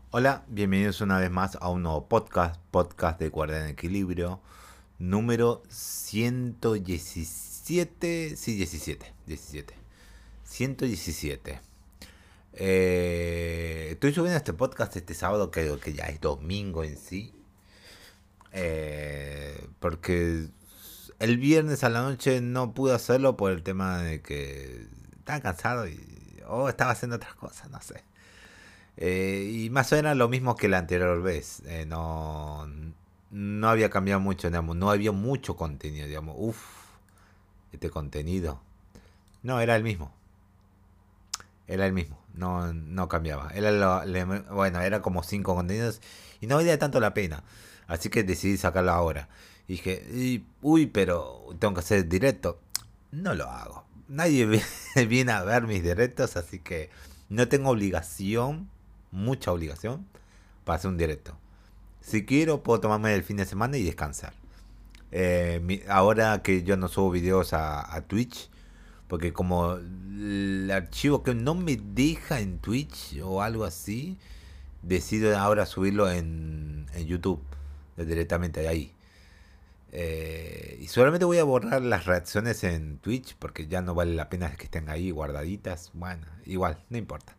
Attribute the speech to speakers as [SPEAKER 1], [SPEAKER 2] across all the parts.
[SPEAKER 1] Hola, bienvenidos una vez más a un nuevo podcast de Guardia en Equilibrio, número 117, sí, 17, 117. Estoy subiendo este podcast este sábado, creo que ya es domingo en sí, porque el viernes a la noche no pude hacerlo por el tema de que estaba cansado o estaba haciendo otras cosas, no sé. Y más o menos lo mismo que la anterior vez. No había cambiado mucho, digamos. No había mucho contenido, digamos. Uf, este contenido. No, era el mismo. Era el mismo. No cambiaba. Bueno, era como cinco contenidos y no valía tanto la pena. Así que decidí sacarlo ahora. Y dije, uy, pero tengo que hacer directo. No lo hago. Nadie viene a ver mis directos, así que no tengo obligación, mucha obligación, para hacer un directo. Si quiero, puedo tomarme el fin de semana y descansar. Ahora que yo no subo videos a Twitch, porque como el archivo que no me deja en Twitch o algo así, decido ahora subirlo en YouTube, directamente de ahí. Y solamente voy a borrar las reacciones en Twitch porque ya no vale la pena que estén ahí guardaditas. Bueno, igual, no importa.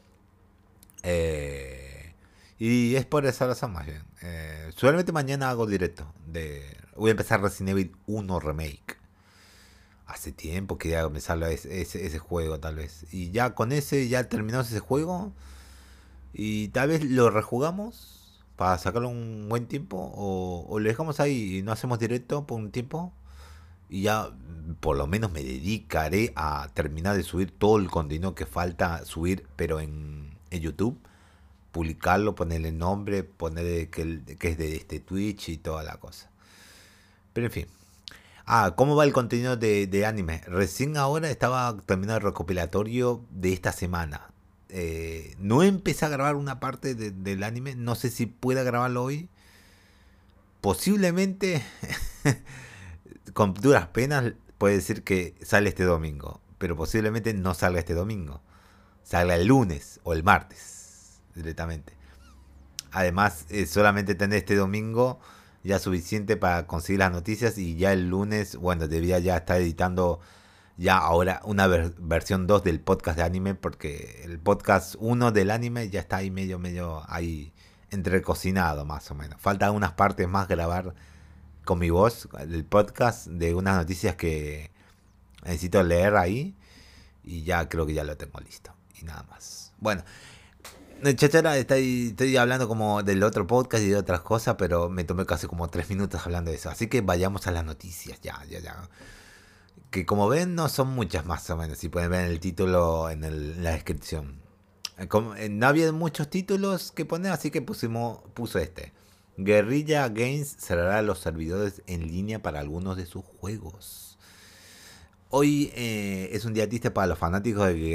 [SPEAKER 1] Y es por esa razón más bien. Solamente mañana hago directo. Voy a empezar Resident Evil 1 Remake. Hace tiempo que ya me sale ese juego tal vez. Y ya con ese, ya terminamos ese juego. Y tal vez lo rejugamos para sacarlo un buen tiempo. O lo dejamos ahí y no hacemos directo por un tiempo. Y ya por lo menos me dedicaré a terminar de subir todo el contenido que falta subir, pero en YouTube. Publicarlo, ponerle nombre, ponerle que es de este Twitch y toda la cosa. Pero en fin. ¿Cómo va el contenido de anime? Recién ahora estaba terminando el recopilatorio de esta semana. No empecé a grabar una parte del anime. No sé si pueda grabarlo hoy. Posiblemente, con duras penas, puede decir que sale este domingo. Pero posiblemente no salga este domingo. Salga el lunes o el martes directamente. Además, solamente tener este domingo ya suficiente para conseguir las noticias y ya el lunes, bueno, debía ya estar editando ya ahora una versión 2 del podcast de anime porque el podcast uno del anime ya está ahí medio ahí entrecocinado más o menos. Faltan unas partes más grabar con mi voz el podcast de unas noticias que necesito leer ahí y ya creo que ya lo tengo listo y nada más. Bueno, Chachara, estoy hablando como del otro podcast y de otras cosas, pero me tomé casi como 3 minutos hablando de eso. Así que vayamos a las noticias, ya. Que como ven, no son muchas más o menos, si pueden ver en el título, en la descripción. No había muchos títulos que poner, así que puso este. Guerrilla Games cerrará los servidores en línea para algunos de sus juegos. Hoy es un día triste para los fanáticos de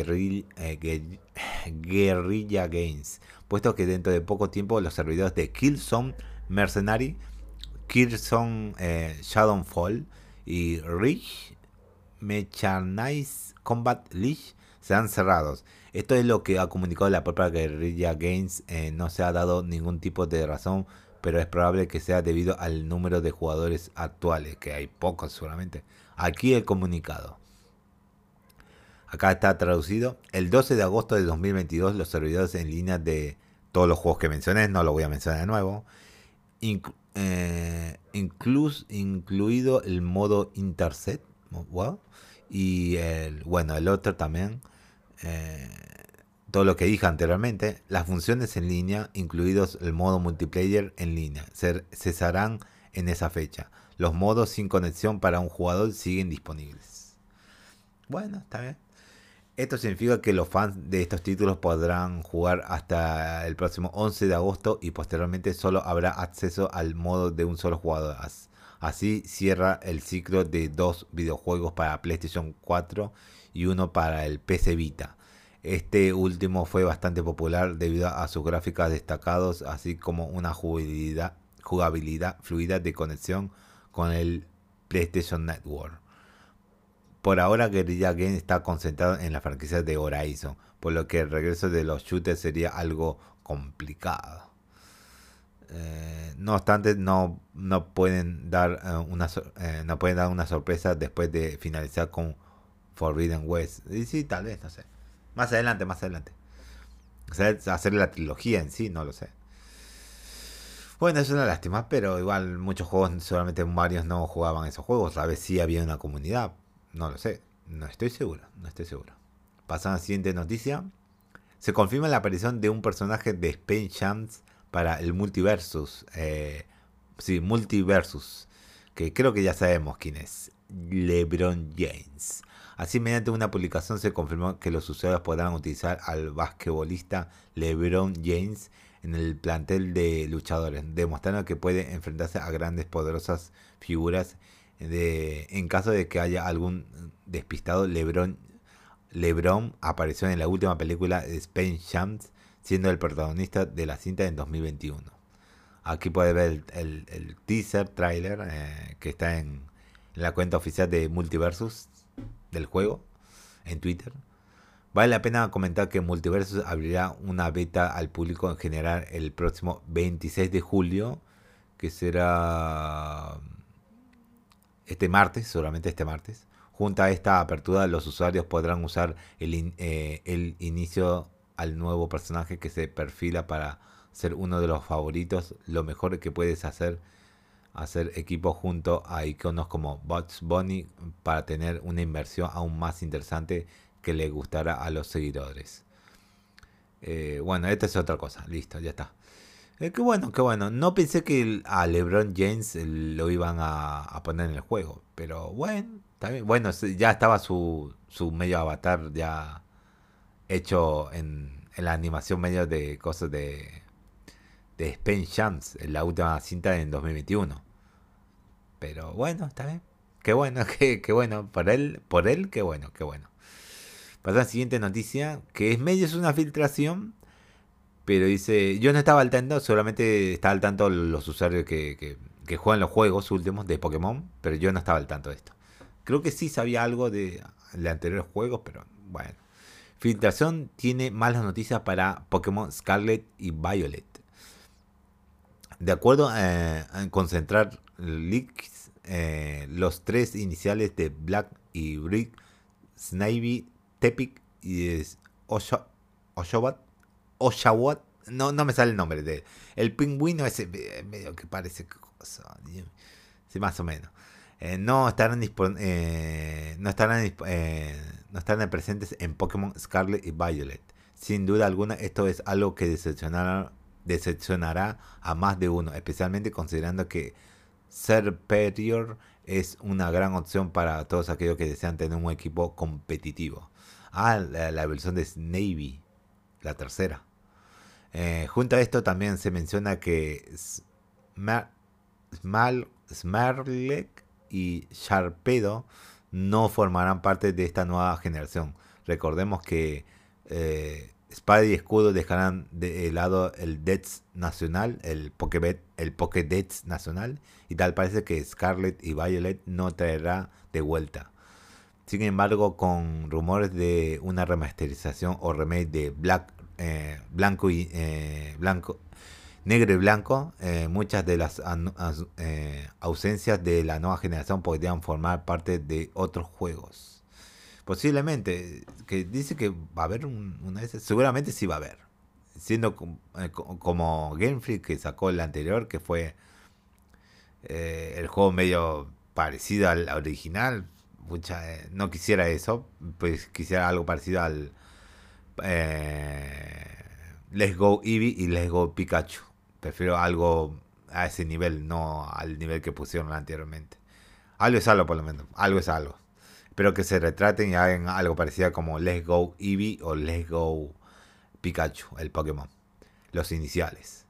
[SPEAKER 1] Guerrilla Games, puesto que dentro de poco tiempo los servidores de Killzone Mercenary, Killzone Shadowfall y Reach Mechanized Combat League serán cerrados. Esto es lo que ha comunicado la propia Guerrilla Games. No se ha dado ningún tipo de razón, pero es probable que sea debido al número de jugadores actuales, que hay pocos seguramente. Aquí el comunicado. Acá está traducido. El 12 de agosto de 2022 los servidores en línea de todos los juegos que mencioné, no lo voy a mencionar de nuevo, incluido el modo Intercept, wow, y el otro también, eh, todo lo que dije anteriormente, las funciones en línea, incluidos el modo multiplayer en línea, cesarán en esa fecha. Los modos sin conexión para un jugador siguen disponibles. Bueno, está bien. Esto significa que los fans de estos títulos podrán jugar hasta el próximo 11 de agosto y posteriormente solo habrá acceso al modo de un solo jugador. Así cierra el ciclo de dos videojuegos para PlayStation 4 y uno para el PC Vita. Este último fue bastante popular debido a sus gráficas destacados, así como una jugabilidad fluida de conexión con el PlayStation Network. Por ahora, Guerrilla Games está concentrado en la franquicia de Horizon, por lo que el regreso de los shooters sería algo complicado. No obstante, no pueden dar no pueden dar una sorpresa después de finalizar con Forbidden West. Y sí, tal vez, no sé. Más adelante, más adelante. O sea, hacer la trilogía en sí, no lo sé. Bueno, es una lástima, pero igual muchos juegos, solamente varios no jugaban esos juegos. A veces sí había una comunidad. No lo sé. No estoy seguro, no estoy seguro. Pasando a la siguiente noticia. Se confirma la aparición de un personaje de Space Jams para el Multiversus. Sí, Multiversus. Que creo que ya sabemos quién es. LeBron James. Así, mediante una publicación se confirmó que los usuarios podrán utilizar al basquetbolista LeBron James en el plantel de luchadores, demostrando que puede enfrentarse a grandes, poderosas figuras. En caso de que haya algún despistado, LeBron apareció en la última película de Space Jams, siendo el protagonista de la cinta en 2021. Aquí puede ver el teaser trailer que está en la cuenta oficial de Multiversus del juego en Twitter. Vale la pena comentar que Multiversus abrirá una beta al público en general el próximo 26 de julio, que será este martes, seguramente este martes. Junto a esta apertura, los usuarios podrán usar el inicio al nuevo personaje que se perfila para ser uno de los favoritos. Lo mejor que puedes hacer equipo junto a iconos como Bugs Bunny para tener una inversión aún más interesante que le gustará a los seguidores. Bueno, esta es otra cosa. Listo, ya está. Qué bueno, qué bueno. No pensé que a LeBron James lo iban a poner en el juego. Pero bueno, está bien. Bueno, ya estaba su medio avatar ya hecho en la animación medio de cosas de Space Jams, en la última cinta en 2021. Pero bueno, está bien. Qué bueno, qué bueno. Por él, qué bueno, qué bueno. Pasa a la siguiente noticia, que es una filtración, pero dice, yo no estaba al tanto, seguramente está al tanto los usuarios que juegan los juegos últimos de Pokémon, pero yo no estaba al tanto de esto. Creo que sí sabía algo de anteriores juegos, pero bueno. Filtración tiene malas noticias para Pokémon Scarlet y Violet. De acuerdo a concentrar leaks, los tres iniciales de Black y Brick, Snivy, Tepic y Oshawott, no me sale el nombre de él. El pingüino ese medio que parece cosa, sí, más o menos. No estarán presentes en Pokémon Scarlet y Violet. Sin duda alguna, esto es algo que decepcionará a más de uno, especialmente considerando que Serperior es una gran opción para todos aquellos que desean tener un equipo competitivo. La versión de Snavy, la tercera. Junto a esto también se menciona que Smarlek y Sharpedo no formarán parte de esta nueva generación. Recordemos que Espada y Escudo dejarán de lado el Dex nacional, el Pokédex nacional, y tal parece que Scarlet y Violet no traerá de vuelta. Sin embargo, con rumores de una remasterización o remake de Negro y Blanco, muchas de las ausencias de la nueva generación podrían formar parte de otros juegos. Posiblemente, que dice que va a haber una de esas, seguramente sí va a haber. Siendo como Game Freak que sacó el anterior, que fue el juego medio parecido al original. No quisiera eso, pues quisiera algo parecido al Let's Go Eevee y Let's Go Pikachu. Prefiero algo a ese nivel, no al nivel que pusieron anteriormente. Algo es algo, por lo menos. Algo es algo. Espero que se retraten y hagan algo parecido como Let's Go Eevee o Let's Go Pikachu, el Pokémon. Los iniciales.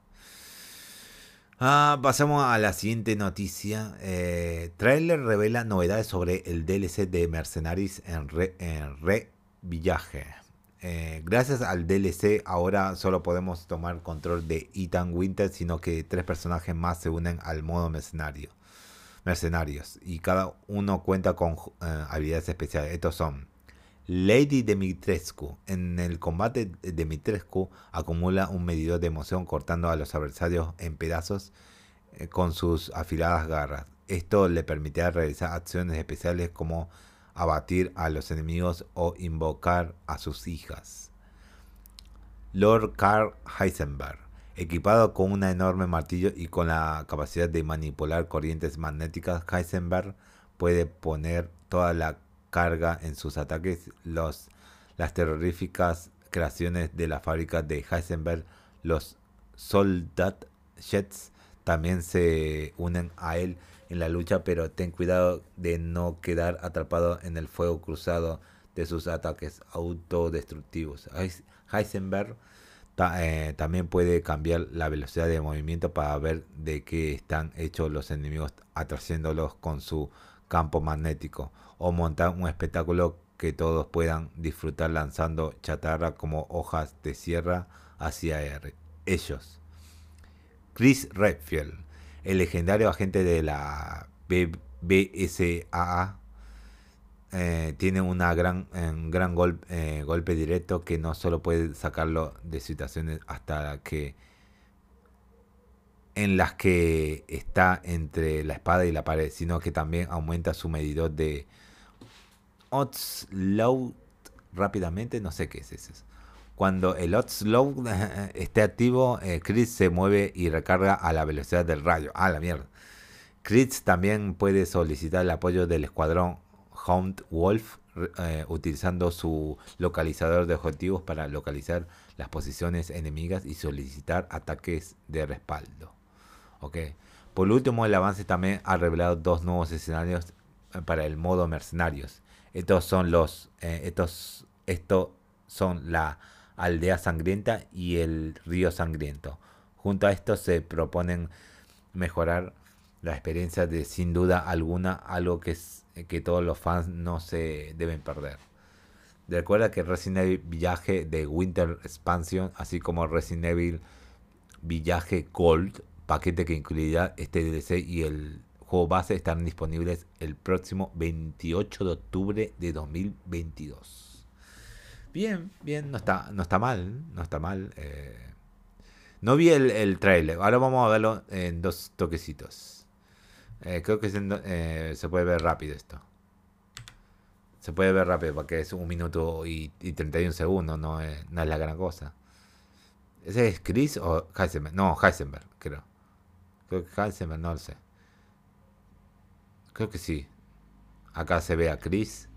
[SPEAKER 1] Pasamos a la siguiente noticia. Trailer revela novedades sobre el DLC de Mercenaries en Re Village. Gracias al DLC ahora solo podemos tomar control de Ethan Winters, sino que 3 personajes más se unen al modo mercenarios y cada uno cuenta con habilidades especiales. Estos son Lady Dimitrescu. En el combate, Dimitrescu acumula un medidor de emoción cortando a los adversarios en pedazos con sus afiladas garras. Esto le permitirá realizar acciones especiales como abatir a los enemigos o invocar a sus hijas. Lord Karl Heisenberg. Equipado con un enorme martillo y con la capacidad de manipular corrientes magnéticas, Heisenberg puede poner toda la carga en sus ataques. Las terroríficas creaciones de la fábrica de Heisenberg, los Soldat Jets, también se unen a él en la lucha, pero ten cuidado de no quedar atrapado en el fuego cruzado de sus ataques autodestructivos. Heisenberg también puede cambiar la velocidad de movimiento para ver de qué están hechos los enemigos, atrayéndolos con su campo magnético, o montar un espectáculo que todos puedan disfrutar lanzando chatarra como hojas de sierra hacia ellos. Chris Redfield, el legendario agente de la BSAA, tiene un gran golpe directo que no solo puede sacarlo de situaciones hasta que en las que está entre la espada y la pared, sino que también aumenta su medidor de Onslaught rápidamente. No sé qué es eso. Cuando el Onslaught esté activo, Chris se mueve y recarga a la velocidad del rayo. ¡Ah, la mierda! Chris también puede solicitar el apoyo del escuadrón Hound Wolf, utilizando su localizador de objetivos para localizar las posiciones enemigas y solicitar ataques de respaldo. Okay. Por último, el avance también ha revelado dos nuevos escenarios para el modo mercenarios. Estos son la aldea sangrienta y el río sangriento. Junto a esto se proponen mejorar la experiencia de, sin duda alguna, algo que todos los fans no se deben perder. Recuerda que Resident Evil Village de Winter Expansion, así como Resident Evil Village Gold, paquete que incluirá este DLC y el juego base, estarán disponibles el próximo 28 de octubre de 2022. Bien, no está mal, no está mal. No vi el trailer, ahora vamos a verlo en dos toquecitos. Creo que se puede ver rápido esto. Se puede ver rápido porque es 1 minuto y 31 segundos, no es la gran cosa. ¿Ese es Chris o Heisenberg? No, Heisenberg, creo. Creo que Heisenberg, no lo sé. Creo que sí. Acá se ve a Chris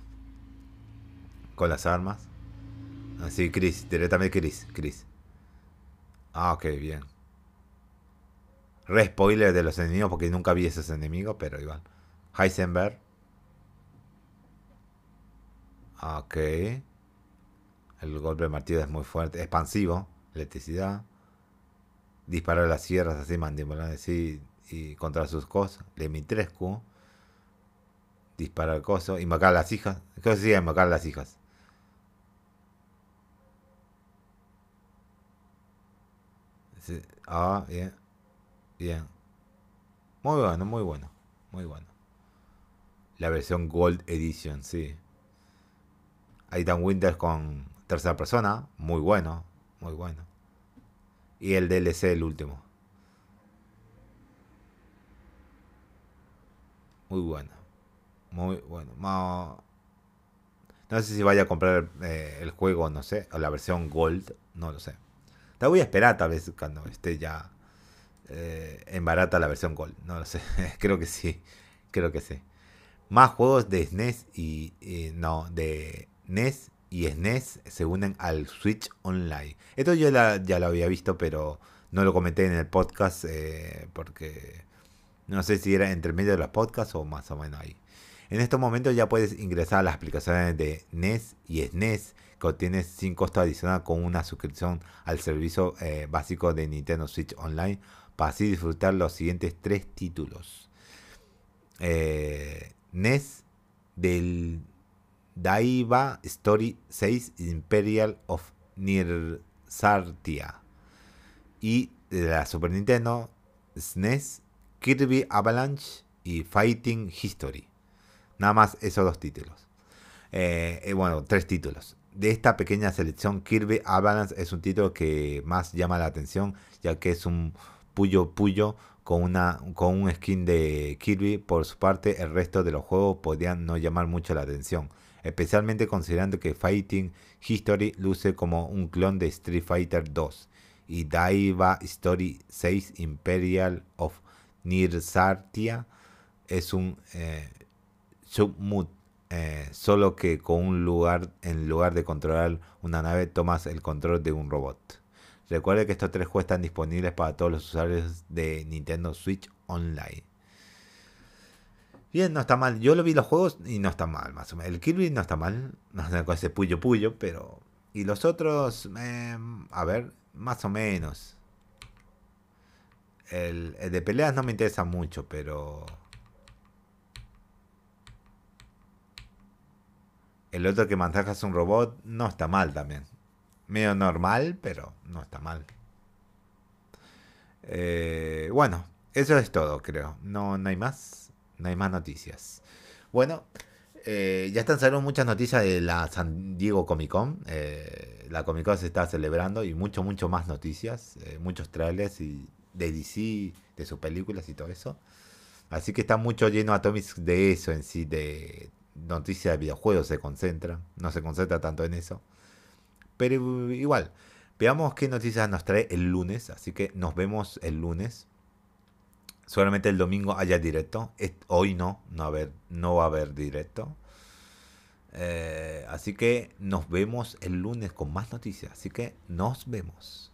[SPEAKER 1] con las armas. Sí, Chris, directamente Chris. Ah, ok, bien. Re spoiler de los enemigos porque nunca vi esos enemigos, pero igual. Heisenberg. Ok. El golpe de martillo es muy fuerte. Expansivo. Electricidad. Disparar las sierras así, mandibular así. Y contra sus cosas. Dimitrescu. Disparar el coso. Invocar a las hijas. Creo que sí, invocar a las hijas. Sí. Ah, bien. Bien. Muy bueno, muy bueno. Muy bueno. La versión Gold Edition, sí. Ethan Winters con tercera persona. Muy bueno. Muy bueno. Y el DLC, el último. Muy bueno. Muy bueno. No sé si vaya a comprar el juego, no sé. O la versión Gold. No lo sé. La voy a esperar tal vez cuando esté ya en barata la versión Gold. No lo sé. Creo que sí. Creo que sí. Más juegos de SNES no, de NES y SNES se unen al Switch Online. Esto yo ya lo había visto, pero no lo comenté en el podcast porque no sé si era entre medio de los podcasts o más o menos ahí. En estos momentos ya puedes ingresar a las aplicaciones de NES y SNES que obtienes sin costo adicional con una suscripción al servicio básico de Nintendo Switch Online para así disfrutar los siguientes 3 títulos. NES del Daiva Story 6 Imperial of Nirsartia, y de la Super Nintendo SNES Kirby Avalanche y Fighting History. Nada más esos 2 títulos. Bueno, tres títulos. De esta pequeña selección, Kirby Avalanche es un título que más llama la atención, ya que es un Puyo Puyo con un skin de Kirby. Por su parte, el resto de los juegos podrían no llamar mucho la atención, especialmente considerando que Fighting History luce como un clon de Street Fighter 2 y Daiva Story 6 Imperial of Nirsartia es un submut, solo que con un lugar, en lugar de controlar una nave, tomas el control de un robot. Recuerde que estos tres juegos están disponibles para todos los usuarios de Nintendo Switch Online. Bien, no está mal. Yo lo vi los juegos y no está mal, más o menos. El Kirby no está mal, no sé, con ese puyo puyo, pero... Y los otros, a ver, más o menos. El de peleas no me interesa mucho, pero... El otro que manejas un robot no está mal también. Medio normal, pero no está mal. Bueno, eso es todo, creo. No, no hay más. No hay más noticias. Bueno, ya están saliendo muchas noticias de la San Diego Comic Con. La Comic Con se está celebrando y mucho más noticias. Muchos trailers y de DC, de sus películas y todo eso. Así que está mucho lleno Atomics de eso en sí, de noticias de videojuegos se concentra. No se concentra tanto en eso. Pero igual, veamos qué noticias nos trae el lunes. Así que nos vemos el lunes. Solamente el domingo haya directo. Hoy no va a haber directo. Así que nos vemos el lunes con más noticias. Así que nos vemos.